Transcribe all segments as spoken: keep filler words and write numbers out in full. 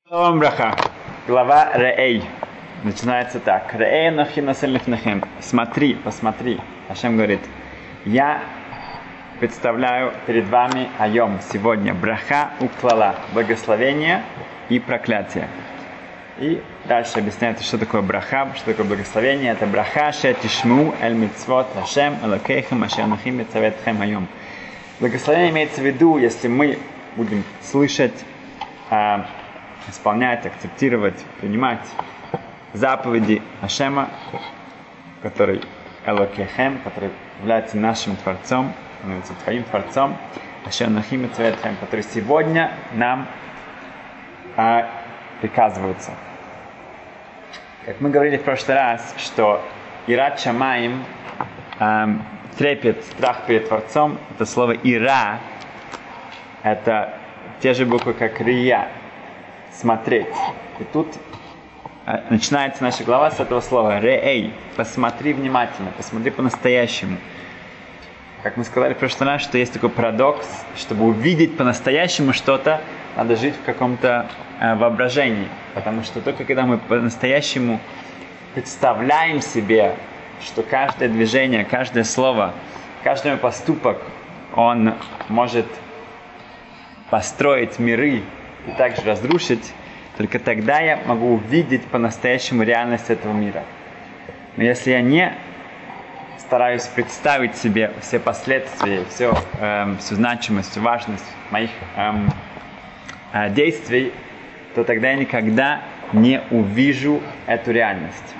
Шалом браха. Глава Реэй. Начинается так. Реэй нахи насельных нахем. Смотри, посмотри. Ашем говорит, я представляю перед вами айом сегодня браха уклала, благословение и проклятие. И дальше объясняется, что такое браха, что такое благословение. Это браха ше тишму эль мицвот Ашем элокейхем ашер нахим мицаветхем айом. Благословение имеется в виду, если мы будем слышать, а, исполнять, акцептировать, принимать заповеди Ашема, который Элокехем, который является нашим Творцом, является твоим Творцом, Ашер Нахим Мицаветхем, который сегодня нам а, приказывается. Как мы говорили в прошлый раз, что Ират Шамаим, а, трепет, страх перед Творцом, это слово Ира, это те же буквы, как Рия, смотреть. И тут а, начинается наша глава с этого слова Реэй. Посмотри внимательно, посмотри по-настоящему. Как мы сказали в прошлый раз, что есть такой парадокс, чтобы увидеть по-настоящему что-то, надо жить в каком-то а, воображении. Потому что только когда мы по-настоящему представляем себе, что каждое движение, каждое слово, каждый мой поступок, он может построить миры и также разрушить, только тогда я могу увидеть по-настоящему реальность этого мира. Но если я не стараюсь представить себе все последствия, все, эм, всю значимость, всю важность моих эм, э, действий, то тогда я никогда не увижу эту реальность.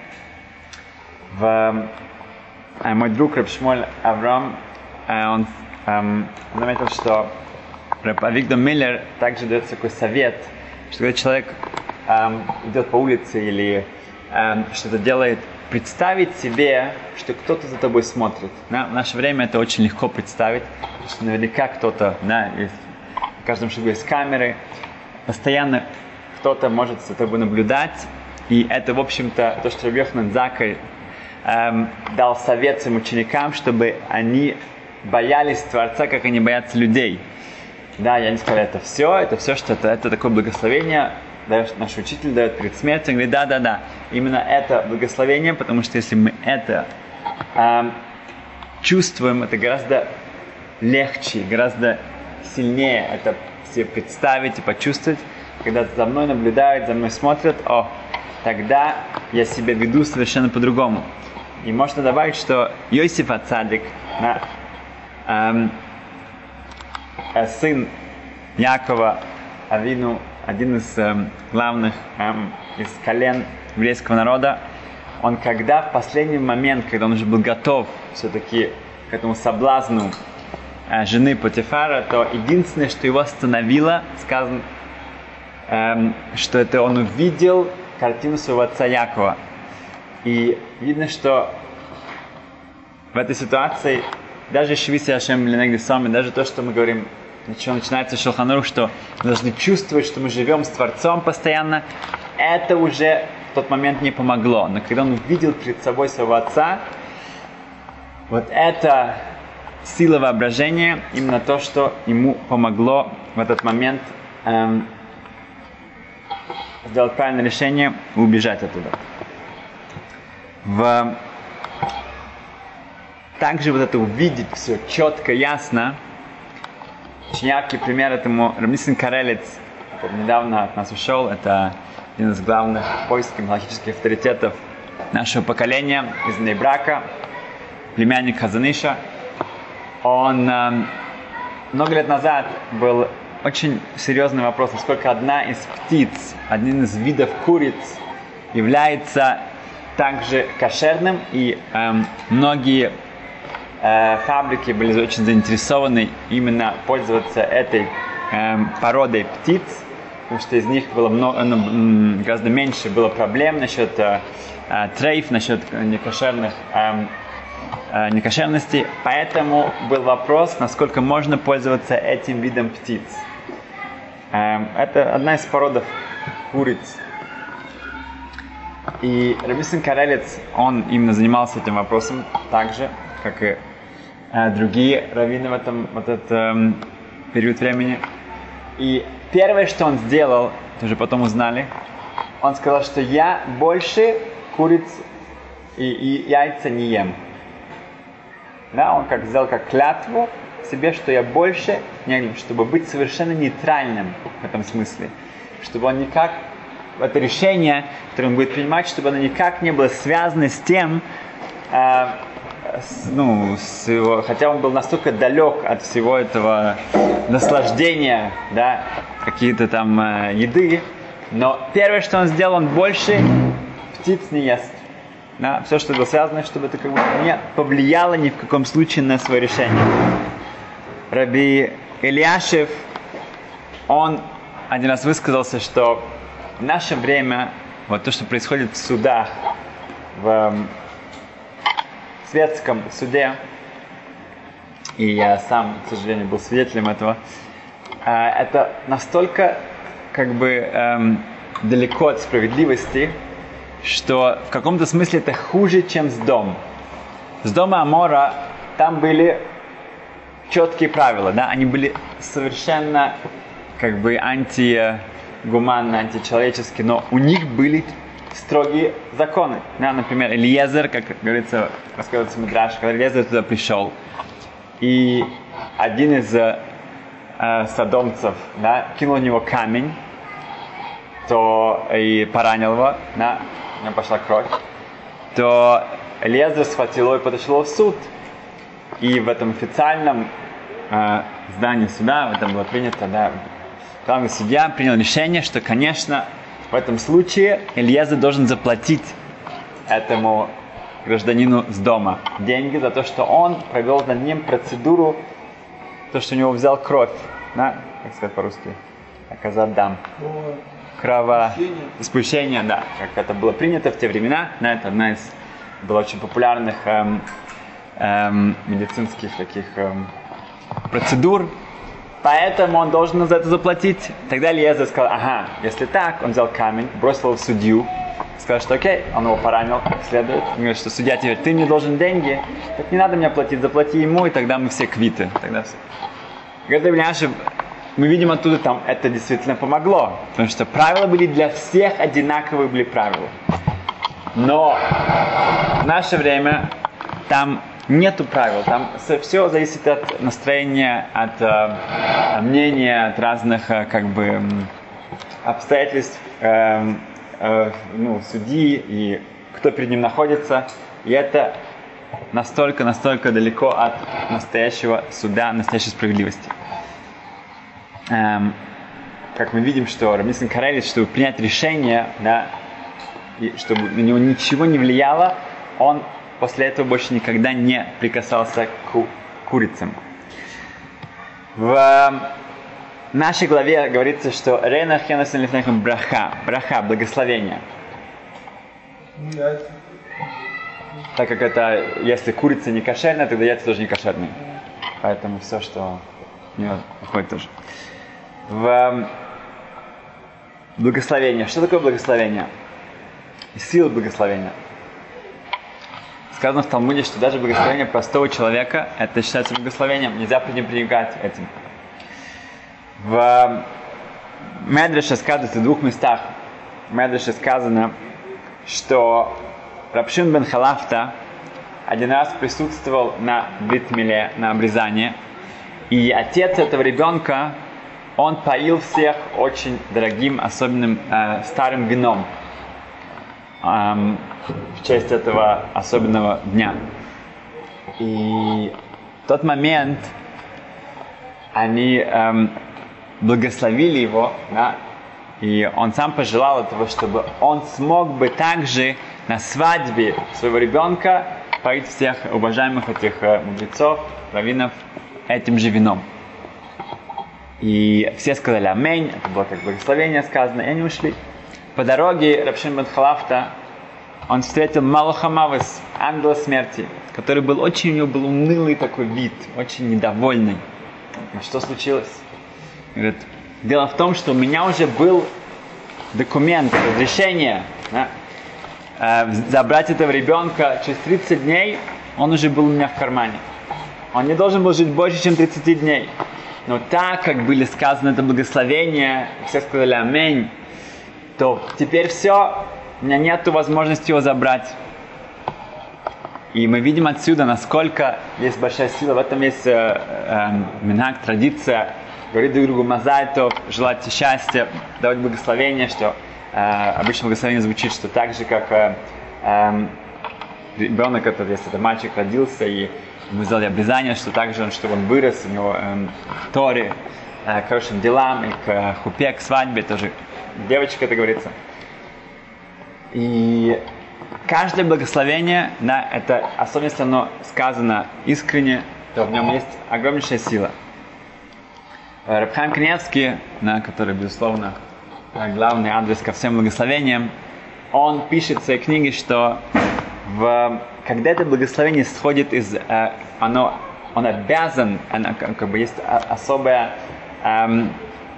В, э, мой друг Рав Шмуэль Авраам, э, он э, заметил, что Авигдор Миллер также дает такой совет, что когда человек эм, идет по улице или эм, что-то делает, представить себе, что кто-то за тобой смотрит. Да? В наше время это очень легко представить, что наверняка кто-то, да, есть, в каждом шагу есть камеры, постоянно кто-то может за тобой наблюдать, и это, в общем-то, то, что Рав Йоханан Закkai эм, дал совет своим ученикам, чтобы они боялись Творца, как они боятся людей. Да, я не сказал, это все, это все, что это, это такое благословение, да, наш учитель дает перед смертью, он говорит, да, да, да, именно это благословение, потому что если мы это э, чувствуем, это гораздо легче, гораздо сильнее это себе представить и почувствовать, когда за мной наблюдают, за мной смотрят, о, тогда я себя веду совершенно по-другому. И можно добавить, что Йосиф ха-Цадик, да, эм, сын Якова Авину, один из эм, главных эм, из колен еврейского народа, он когда в последний момент, когда он уже был готов все-таки к этому соблазну э, жены Потифара, то единственное, что его остановило, сказано, эм, что это он увидел картину своего отца Якова. И видно, что в этой ситуации даже Швиси Ашем Ленегди Сами, даже то, что мы говорим, начало начинается Шулхан Арух, что мы должны чувствовать, что мы живем с Творцом постоянно, это уже в тот момент не помогло. Но когда он увидел перед собой своего отца, вот это сила воображения, именно то, что ему помогло в этот момент эм, сделать правильное решение и убежать оттуда. В... Также вот это увидеть все четко, ясно. Очень яркий пример этому Рав Нисан Карелец, который недавно от нас ушел. Это один из главных польских галактических авторитетов нашего поколения из Нейбрака, племянник Хазаныша. Он э, много лет назад был очень серьезный вопрос, насколько одна из птиц, один из видов куриц является также кошерным, и э, многие фабрики были очень заинтересованы именно пользоваться этой э, породой птиц, потому что из них было много, ну, гораздо меньше было проблем насчет э, трейф, насчет некошерных, э, э, некошерности. Поэтому был вопрос, насколько можно пользоваться этим видом птиц. Э, это одна из породов куриц. И Рав Нисан Карелец, он именно занимался этим вопросом так же, как и э, другие раввины в этом вот этот, э, период времени. И первое, что он сделал, тоже потом узнали. Он сказал, что я больше куриц и, и яйца не ем. Да, он как сделал как клятву себе, что я больше не ем, чтобы быть совершенно нейтральным в этом смысле. Чтобы он никак, это решение, которое он будет принимать, чтобы оно никак не было связано с тем, э, с, ну, с его, хотя он был настолько далек от всего этого наслаждения, да, какие-то там э, еды, но первое, что он сделал, он больше птиц не ест. Да, все, что было связано, чтобы это как бы не повлияло ни в каком случае на свое решение. Раби Ильяшев, он один раз высказался, что в наше время, вот то, что происходит в судах, в светском суде, и я сам, к сожалению, был свидетелем этого, это настолько как бы эм, далеко от справедливости, что в каком-то смысле это хуже, чем с Дом. С Дома Амора там были четкие правила, да, они были совершенно как бы антигуманные, античеловеческие, но у них были строгие законы. Да, например, Элиезер, как говорится, рассказывается в Мидраше, когда Элиезер туда пришел, и один из э, содомцев, да, кинул в него камень, то и поранил его, да, у него пошла кровь, то Элиезер схватил его и потащил его в суд. И в этом официальном э, здании суда, это было принято, да, главный судья принял решение, что, конечно, в этом случае Элиезер должен заплатить этому гражданину с дома деньги за то, что он провел над ним процедуру, то, что у него взял кровь, да, как сказать по-русски, аказадам. Кровоспущение, да, как это было принято в те времена, да, это одна из была очень популярных эм, эм, медицинских таких эм, процедур, поэтому он должен за это заплатить. Тогда Элиезер сказал, ага, если так, он взял камень, бросил его в судью, сказал, что окей, он его поранил как следует, он говорит, что судья теперь, ты мне должен деньги, так не надо мне платить, заплати ему, и тогда мы все квиты, тогда все. Говорит, Ильяшев, мы видим оттуда, там это действительно помогло, потому что правила были для всех, одинаковые были правила. Но в наше время там нету правил, там все зависит от настроения, от э, мнения, от разных э, как бы обстоятельств э, э, ну, судьи и кто перед ним находится. И это настолько, настолько далеко от настоящего суда, настоящей справедливости. Эм, как мы видим, что Рав Ницхан Карелис, чтобы принять решение, да, и чтобы на него ничего не влияло, он после этого больше никогда не прикасался к курицам. В нашей главе говорится, что Рейна Хенесен Лифнехем браха, браха, благословение. Так как это, если курица не кошерная, тогда яйца тоже не кошерные. Поэтому все, что в нее входит тоже. В благословение. Что такое благословение? И сила благословения. Сказано в Талмуде, что даже благословение простого человека, это считается благословением, нельзя пренебрегать этим. В Медреше сказано, в двух местах в Медреше сказано, что Рав Шимон бен Халафта один раз присутствовал на брит миле, на обрезании, и отец этого ребенка, он поил всех очень дорогим, особенным э, старым вином эм, в честь этого особенного дня. И в тот момент они эм, благословили его, да, и он сам пожелал этого, чтобы он смог бы также на свадьбе своего ребенка поить всех уважаемых этих э, мудрецов, раввинов этим же вином. И все сказали аминь, это было как благословение сказано, и они ушли. По дороге Рав Шимон бен Халафта, он встретил Малаха Мавес, ангела смерти, который был очень, у него был унылый такой вид, очень недовольный. И что случилось? Говорит, дело в том, что у меня уже был документ, разрешение, да, э, забрать этого ребенка через тридцать дней, он уже был у меня в кармане. Он не должен был жить больше, чем тридцать дней. Но так как были сказаны это благословение, все сказали аминь, то теперь все, у меня нет возможности его забрать. И мы видим отсюда, насколько есть большая сила. В этом есть э, э, минхаг, традиция. Говорит друг другу мазаль тов, желать счастья, давать благословение, что э, обычно благословение звучит, что так же, как э, э, ребенок, который, если это мальчик родился, и мы сделали обрезание, что также он, чтобы он вырос, у него э, Торе, э, к хорошим делам, и к э, хупе, к свадьбе, тоже девочка, это говорится. И каждое благословение, да, это, особенно если оно сказано искренне, то в нем есть огромнейшая сила. Рав Хаим Каневский, да, который, безусловно, главный адрес ко всем благословениям, он пишет в своей книге, что в, когда это благословение исходит из, э, оно, он обязан, оно, как бы есть особая эм,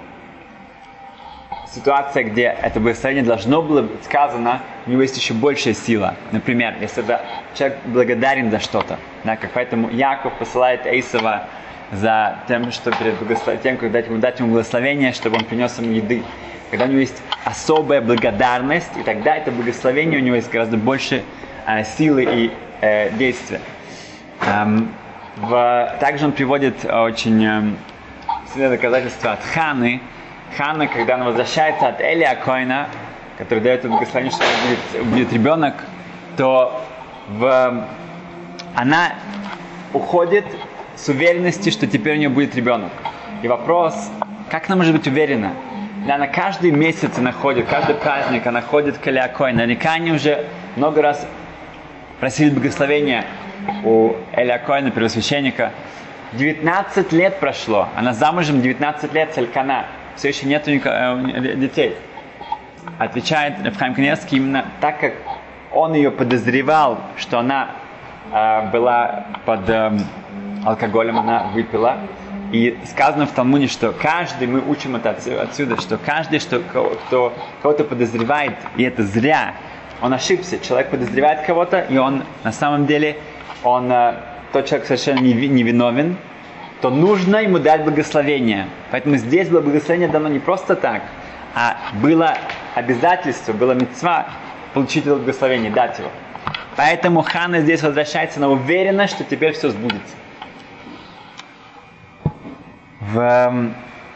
ситуация, где это благословение должно было быть сказано, у него есть еще большая сила. Например, если это человек благодарен за что-то, да, как поэтому Яков посылает Эйсова за тем, что перед тем, как дать ему, дать ему благословение, чтобы он принес ему еды. Когда у него есть особая благодарность, и тогда это благословение у него есть гораздо больше э, силы и э, действия. Эм, в, также он приводит очень э, сильное доказательство от Ханы. Хана, когда она возвращается от Эли Акоина, который дает ему благословение, что будет, будет ребенок, то в, она уходит с уверенностью, что теперь у нее будет ребенок. И вопрос, как она может быть уверена? Она каждый месяц она ходит, каждый праздник она ходит к Эли Акоину. Наверняка они уже много раз просили благословения у Эли Акоина, первосвященника. девятнадцать лет прошло. Она замужем девятнадцать лет с Элькана. Все еще нет у них э, детей. Отвечает Рав Хаим Каневский именно так, как он ее подозревал, что она э, была под э, алкоголем, она выпила. И сказано в Талмуде, что каждый, мы учим это отсюда, что каждый, что, кто кого-то подозревает, и это зря, он ошибся. Человек подозревает кого-то, и он на самом деле, он, э, тот человек совершенно невиновен, то нужно ему дать благословение. Поэтому здесь было благословение дано не просто так, а было обязательство, было мицва получить это благословение, дать его. Поэтому Ханна здесь возвращается, она уверена, что теперь все сбудется. В...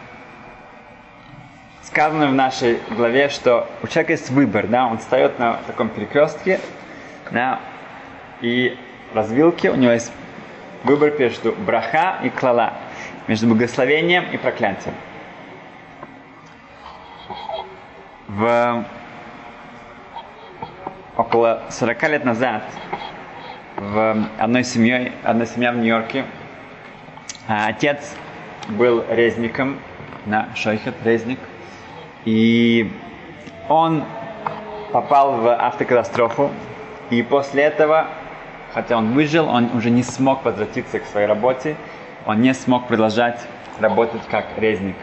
Сказано в нашей главе, что у человека есть выбор, да, он встает на таком перекрестке, да, и в развилке у него есть выбор между браха и клала, между благословением и проклятием. В... Около сорок лет назад в одной семье, одна семья в Нью-Йорке, отец был резником, на шойхет, резник, и он попал в автокатастрофу, и после этого, хотя он выжил, он уже не смог возвратиться к своей работе, он не смог продолжать работать как резник.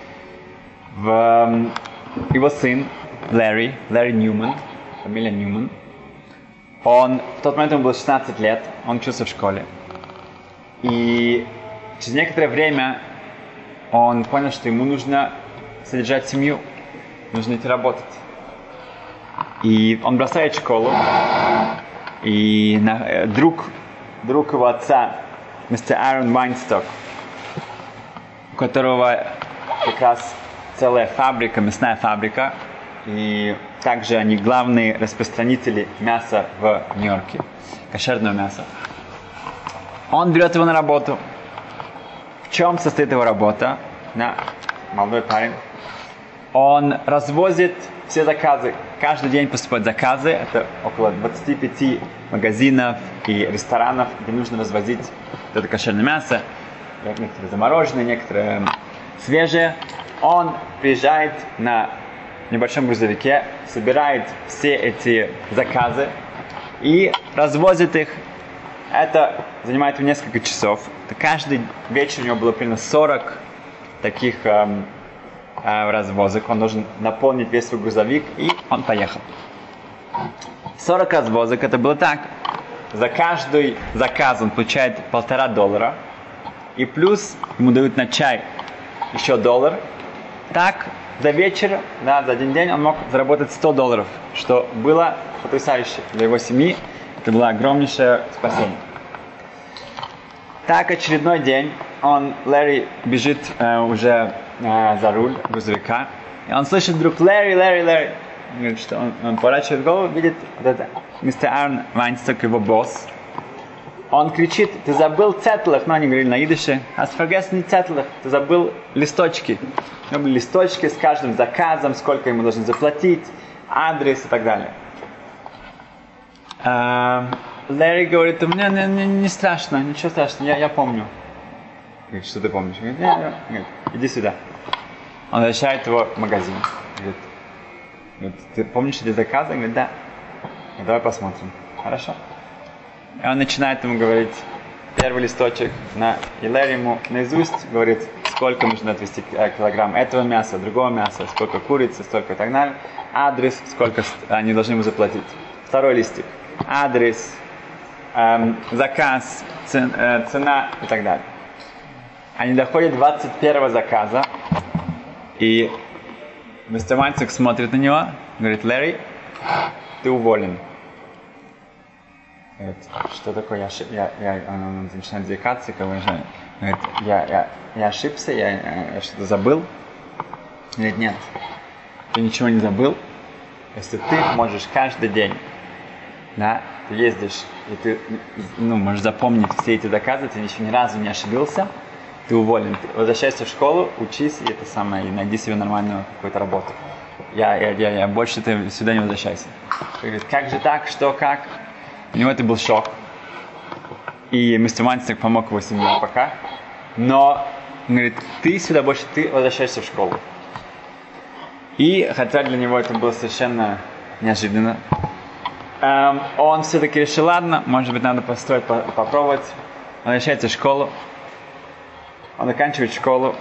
В... Его сын Ларри, Ларри Ньюман, фамилия Ньюман, он, в тот момент ему было шестнадцать лет, он учился в школе. И через некоторое время он понял, что ему нужно содержать семью, нужно идти работать. И он бросает школу, и на, друг, друг его отца, мистер Аарон Вайнсток, у которого как раз целая фабрика, мясная фабрика, и также они главные распространители мяса в Нью-Йорке, кошерного мяса. Он берет его на работу. В чем состоит его работа? Да, молодой парень. Он развозит все заказы. Каждый день поступают заказы. Это около двадцать пять магазинов и ресторанов, где нужно развозить это кошерное мясо. Некоторые замороженные, некоторые свежие. Он приезжает на небольшом грузовике, собирает все эти заказы и развозит их. Это занимает ему несколько часов. Каждый вечер у него было примерно сорок таких эм, э, развозок. Он должен наполнить весь свой грузовик, и он поехал. сорок развозок, это было так. За каждый заказ он получает полтора доллара. И плюс ему дают на чай еще доллар. Так до вечера, да, за один день он мог заработать сто долларов, что было потрясающе для его семьи. Это было огромнейшее спасение. Так, очередной день, он, Ларри, бежит э, уже э, за руль грузовика, и он слышит вдруг «Ларри, Ларри, Ларри». Он говорит, что он, он поворачивает голову, видит вот это, мистер Аарон Вайнсток, его босс. Он кричит: «Ты забыл цетлах», но они говорили на идише, «Hast vergessen цетлах», ты забыл листочки. У него были листочки с каждым заказом, сколько ему должны заплатить, адрес и так далее. Ларри говорит: «У меня не, не, не страшно, ничего страшного, я, я помню». Говорит: «Что ты помнишь?» Говорит: «Я, я». Говорит: «Иди сюда». Он возвращает его в магазин. Говорит: говорит: «Ты помнишь эти заказы?» Говорит: «Да». Говорит: «Давай посмотрим». «Хорошо». И он начинает ему говорить первый листочек, на, и Ларри ему наизусть говорит, сколько нужно отвезти килограмм этого мяса, другого мяса, сколько курицы, столько и так далее. Адрес, сколько они должны ему заплатить. Второй листик. Адрес, эм, заказ, цен, э, цена и так далее. Они доходят до двадцать первого заказа, и мистер Вайнсток смотрит на него, говорит: «Ларри, ты уволен». Говорит: «Что такое? Я, ошиб... я, я... Он начинает заикаться, как бы, говорит: я, я, я ошибся, я, я что-то забыл». Говорит: «Нет, ты ничего не забыл. Если ты можешь каждый день, да, ты ездишь, и ты, ну, можешь запомнить все эти заказы, ты ничего ни разу не ошибился, ты уволен. Ты возвращайся в школу, учись, и это самое, и найди себе нормальную какую-то работу. Я, я, я, я больше ты сюда не возвращайся». Говорит: «Как же так? Что, как?» У него это был шок. И мистер Вайнсток помог его семье пока. Но, говорит, ты сюда больше, ты возвращаешься в школу. И, хотя для него это было совершенно неожиданно, эм, он все-таки решил: ладно, может быть, надо построить, по- попробовать. Он возвращается в школу. Он оканчивает школу.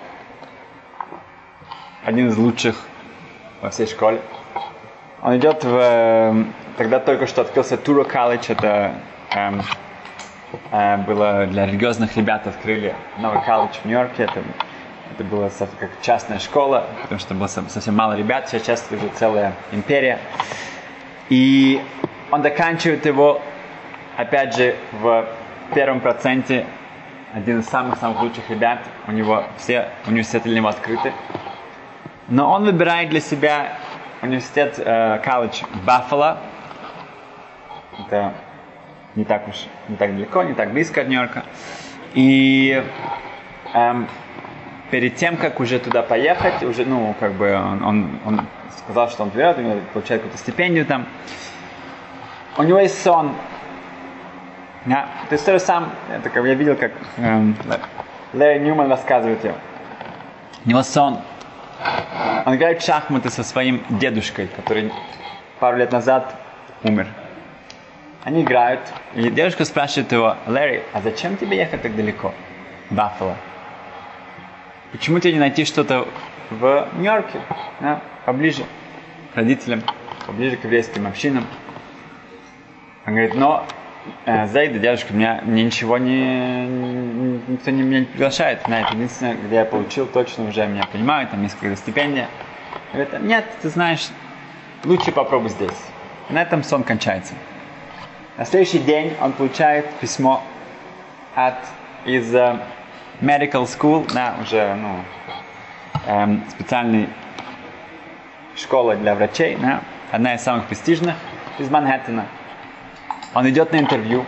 Один из лучших во всей школе. Он идет в... Тогда только что открылся Тура колледж, это эм, э, было для религиозных ребят, открыли новый колледж в Нью-Йорке. Это, это была как частная школа, потому что было совсем мало ребят, сейчас часто уже целая империя. И он доканчивает его, опять же, в первом проценте, один из самых-самых лучших ребят. У него все университеты для него открыты. Но он выбирает для себя университет, э, колледж Баффало. Это не так уж, не так далеко, не так близко от Нью-Йорка. И эм, перед тем, как уже туда поехать, уже, ну, как бы он, он, он сказал, что он берет, он получает какую-то стипендию там. У него есть сон. Ja, это история сам, это как я видел, как эм, Ларри Ньюман рассказывает ее. У него сон. Он играет в шахматы со своим дедушкой, который пару лет назад умер. Они играют, и девушка спрашивает его: «Ларри, а зачем тебе ехать так далеко, в Баффало? Почему тебе не найти что-то в Нью-Йорке, да, поближе к родителям, поближе к еврейским общинам?» Он говорит: «Но, э, Зайда, дедушка, меня, мне ничего не... Никто не, меня не приглашает. Да, это единственное, где я получил точно, уже меня понимают, там есть какая-то стипендия». Он говорит: «Нет, ты знаешь, лучше попробуй здесь». И на этом сон кончается. На следующий день он получает письмо от, из uh, medical school, да, уже, ну, эм, специальной школы для врачей, да, одна из самых престижных, из Манхэттена. Он идет на интервью,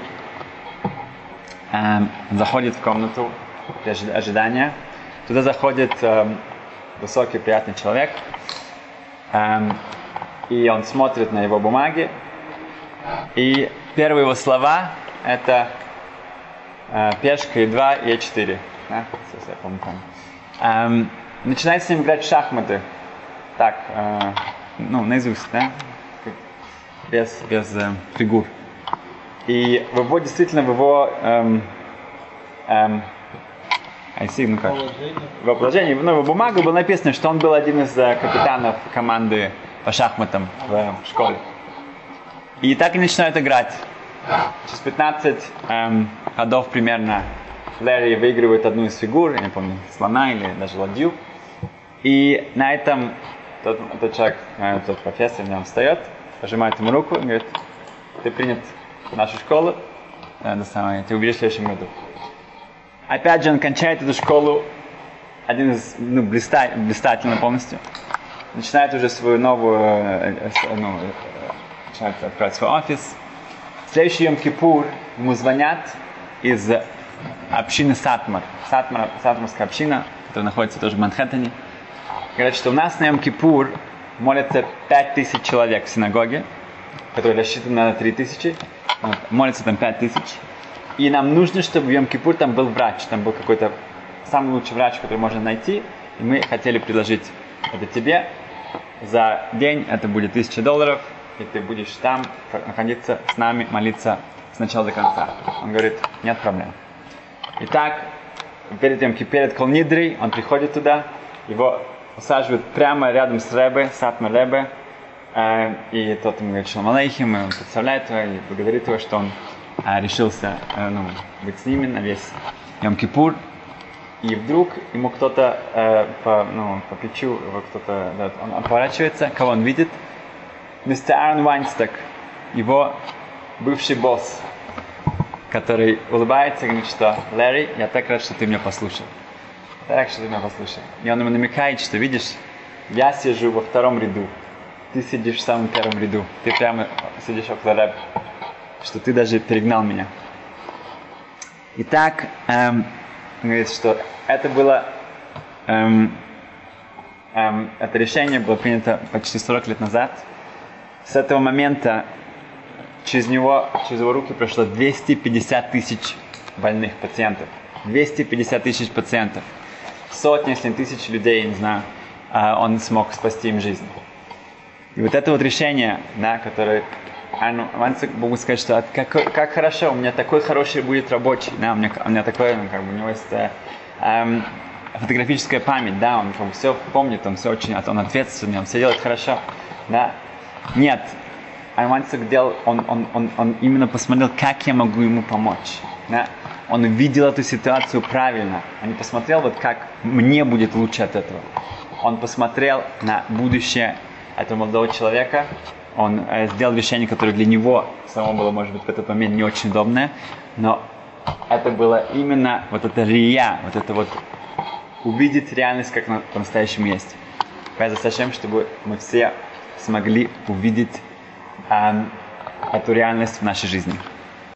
эм, заходит в комнату для ожидания. Туда заходит эм, высокий, приятный человек, эм, и он смотрит на его бумаги, и первые его слова — это э, пешка и два, и четыре. Да? Сейчас я помню. Эм, начинает с ним играть в шахматы. Так, э, ну, наизусть, да? Без, без э, фигур. И в его, действительно, в его... Эм, эм, I see, ну как? В его положении, ну, в его бумагу было написано, что он был один из э, капитанов команды по шахматам в школе. И так и начинают играть. Через пятнадцать эм, ходов примерно Ларри выигрывает одну из фигур, я не помню, слона или даже ладью. И на этом тот, тот человек, тот профессор, он встает, пожимает ему руку и говорит: ты принят в нашу школу, это самое, ты увидишь в следующем году. Опять же, он кончает эту школу, один из, ну, блиста, блистательно полностью, начинает уже свою новую, ну, начинает открывать свой офис. В следующий Йом-Кипур ему звонят из общины Сатмар, Сатмар, Сатмарская община, которая находится тоже в Манхэттене. Говорят, что у нас на Йом-Кипур молятся пять тысяч человек в синагоге, которая рассчитана на три тысячи, молятся там пять тысяч. И нам нужно, чтобы в Йом-Кипур там был врач, там был какой-то самый лучший врач, который можно найти. И мы хотели предложить это тебе. За день это будет тысяча долларов, и ты будешь там находиться с нами, молиться с начала до конца. Он говорит: нет проблем. Итак, перед тем, перед Колнидрой, он приходит туда, его усаживают прямо рядом с Ребе, Сатмар Ребе, э, и тот ему говорит шалом алейхим, и он представляет его и благодарит его, что он э, решился э, ну, быть с ними на весь Йом-Кипур. И вдруг ему кто-то э, по, ну, по плечу, его кто-то, да, он, он поворачивается, кого он видит? мистер Аарон Вайнсток, его бывший босс, который улыбается и говорит, что: Ларри, я так рад, что ты меня послушал. Я так, что ты меня послушал. И он ему намекает, что, видишь, я сижу во втором ряду, ты сидишь в самом первом ряду, ты прямо сидишь около Рэб, что ты даже перегнал меня. Итак, эм, он говорит, что это было, эм, эм, это решение было принято почти сорок лет назад. С этого момента через него, через его руки прошло двести пятьдесят тысяч больных пациентов. двести пятьдесят тысяч пациентов. Сотни, если не тысячи людей, я не знаю, он смог спасти им жизнь. И вот это вот решение, да, которое Аарон Вайнсток, могу сказать, что как, как хорошо, у меня такой хороший будет рабочий, да, у меня, у меня такой, ну, как бы, у него есть эм, фотографическая память, да, он как бы все помнит, он все очень, он ответственный, он все делает хорошо, да. Нет, Аарон Вайнсток делал, он, он, он, он именно посмотрел, как я могу ему помочь, да. Он увидел эту ситуацию правильно, он не посмотрел, вот как мне будет лучше от этого. Он посмотрел на будущее этого молодого человека, он э, сделал решение, которое для него самого было, может быть, в этот момент не очень удобное, но это было именно вот это рия, вот это вот увидеть реальность, как она по-настоящему есть. Поэтому зачем, чтобы мы все смогли увидеть э, эту реальность в нашей жизни.